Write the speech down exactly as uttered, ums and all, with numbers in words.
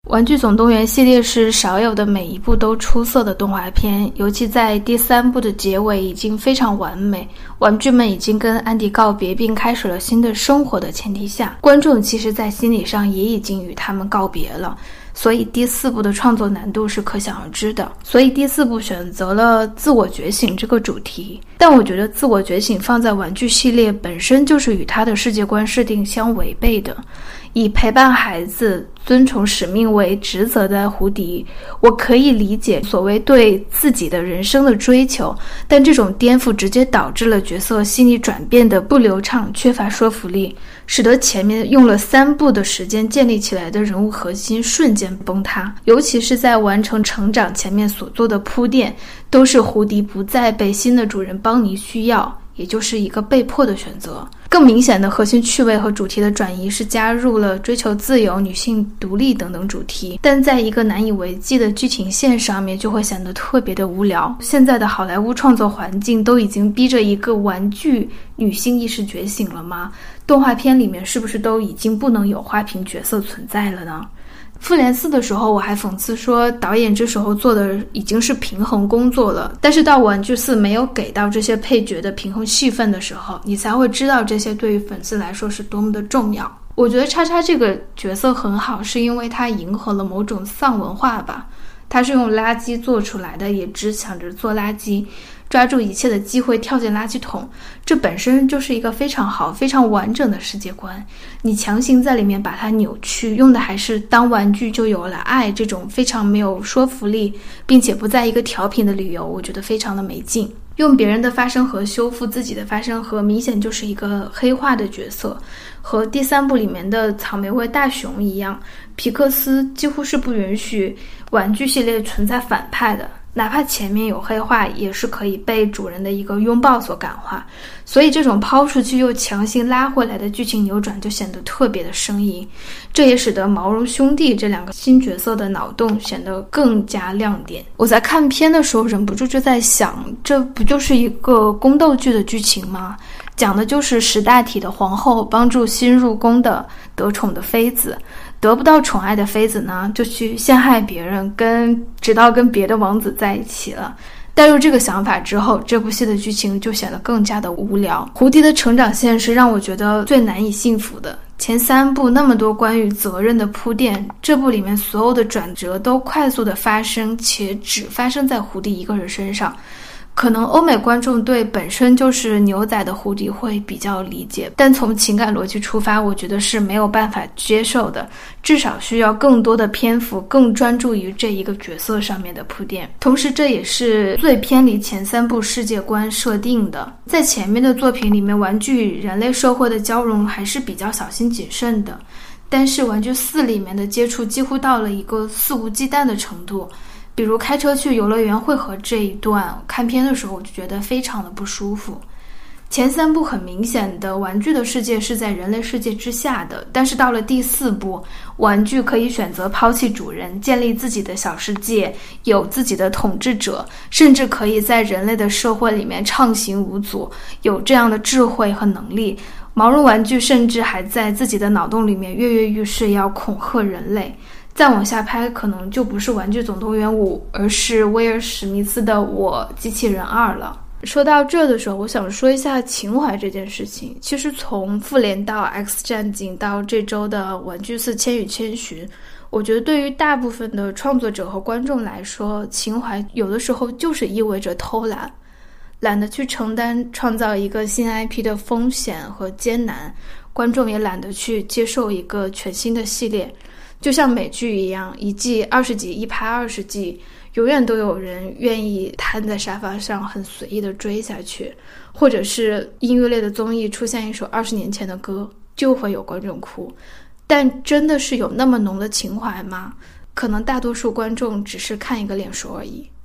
玩具总动员系列是少有的每一部都出色的动画片，尤其在第三部的结尾已经非常完美，玩具们已经跟安迪告别并开始了新的生活的前提下，观众其实在心理上也已经与他们告别了，所以第四部的创作难度是可想而知的。所以第四部选择了自我觉醒这个主题，但我觉得自我觉醒放在玩具系列本身就是与它的世界观设定相违背的。以陪伴孩子、遵从使命为职责的胡迪，我可以理解所谓对自己的人生的追求，但这种颠覆直接导致了角色心理转变的不流畅，缺乏说服力，使得前面用了三部的时间建立起来的人物核心瞬间崩塌。尤其是在完成成长前面所做的铺垫，都是胡迪不再被新的主人邦尼需要，也就是一个被迫的选择。更明显的核心趣味和主题的转移是加入了追求自由、女性独立等等主题，但在一个难以为继的剧情线上面就会显得特别的无聊。现在的好莱坞创作环境都已经逼着一个玩具女性意识觉醒了吗？动画片里面是不是都已经不能有花瓶角色存在了呢？复联四的时候我还讽刺说导演这时候做的已经是平衡工作了，但是到玩具四没有给到这些配角的平衡戏份的时候，你才会知道这些对于粉丝来说是多么的重要。我觉得叉叉这个角色很好，是因为它迎合了某种丧文化吧，它是用垃圾做出来的，也只想着做垃圾，抓住一切的机会跳进垃圾桶，这本身就是一个非常好非常完整的世界观。你强行在里面把它扭曲，用的还是当玩具就有了爱这种非常没有说服力并且不在一个调频的理由，我觉得非常的没劲。用别人的发声盒修复自己的发声盒，明显就是一个黑化的角色，和第三部里面的草莓味大熊一样，皮克斯几乎是不允许玩具系列存在反派的，哪怕前面有黑化也是可以被主人的一个拥抱所感化，所以这种抛出去又强行拉回来的剧情扭转就显得特别的生硬，这也使得毛绒兄弟这两个新角色的脑洞显得更加亮点。我在看片的时候忍不住就在想，这不就是一个宫斗剧的剧情吗？讲的就是识大体的皇后帮助新入宫的得宠的妃子，得不到宠爱的妃子呢就去陷害别人，跟直到跟别的王子在一起了。带入这个想法之后，这部戏的剧情就显得更加的无聊。胡迪的成长线是让我觉得最难以信服的，前三部那么多关于责任的铺垫，这部里面所有的转折都快速的发生，且只发生在胡迪一个人身上。可能欧美观众对本身就是牛仔的胡迪会比较理解，但从情感逻辑出发，我觉得是没有办法接受的，至少需要更多的篇幅更专注于这一个角色上面的铺垫。同时这也是最偏离前三部世界观设定的，在前面的作品里面，玩具人类社会的交融还是比较小心谨慎的，但是玩具四里面的接触几乎到了一个肆无忌惮的程度，比如开车去游乐园汇合这一段，看片的时候我就觉得非常的不舒服。前三部很明显的玩具的世界是在人类世界之下的，但是到了第四部，玩具可以选择抛弃主人，建立自己的小世界，有自己的统治者，甚至可以在人类的社会里面畅行无阻，有这样的智慧和能力。毛绒玩具甚至还在自己的脑洞里面跃跃欲试，要恐吓人类。再往下拍可能就不是玩具总动员五，而是威尔史密斯的我机器人二了。说到这的时候，我想说一下情怀这件事情。其实从复联到 X 战警到这周的玩具四千与千寻，我觉得对于大部分的创作者和观众来说，情怀有的时候就是意味着偷懒，懒得去承担创造一个新 I P 的风险和艰难，观众也懒得去接受一个全新的系列。就像美剧一样，一季二十集，一拍二十季，永远都有人愿意瘫在沙发上很随意的追下去，或者是音乐类的综艺出现一首二十年前的歌，就会有观众哭。但真的是有那么浓的情怀吗？可能大多数观众只是看一个脸熟而已。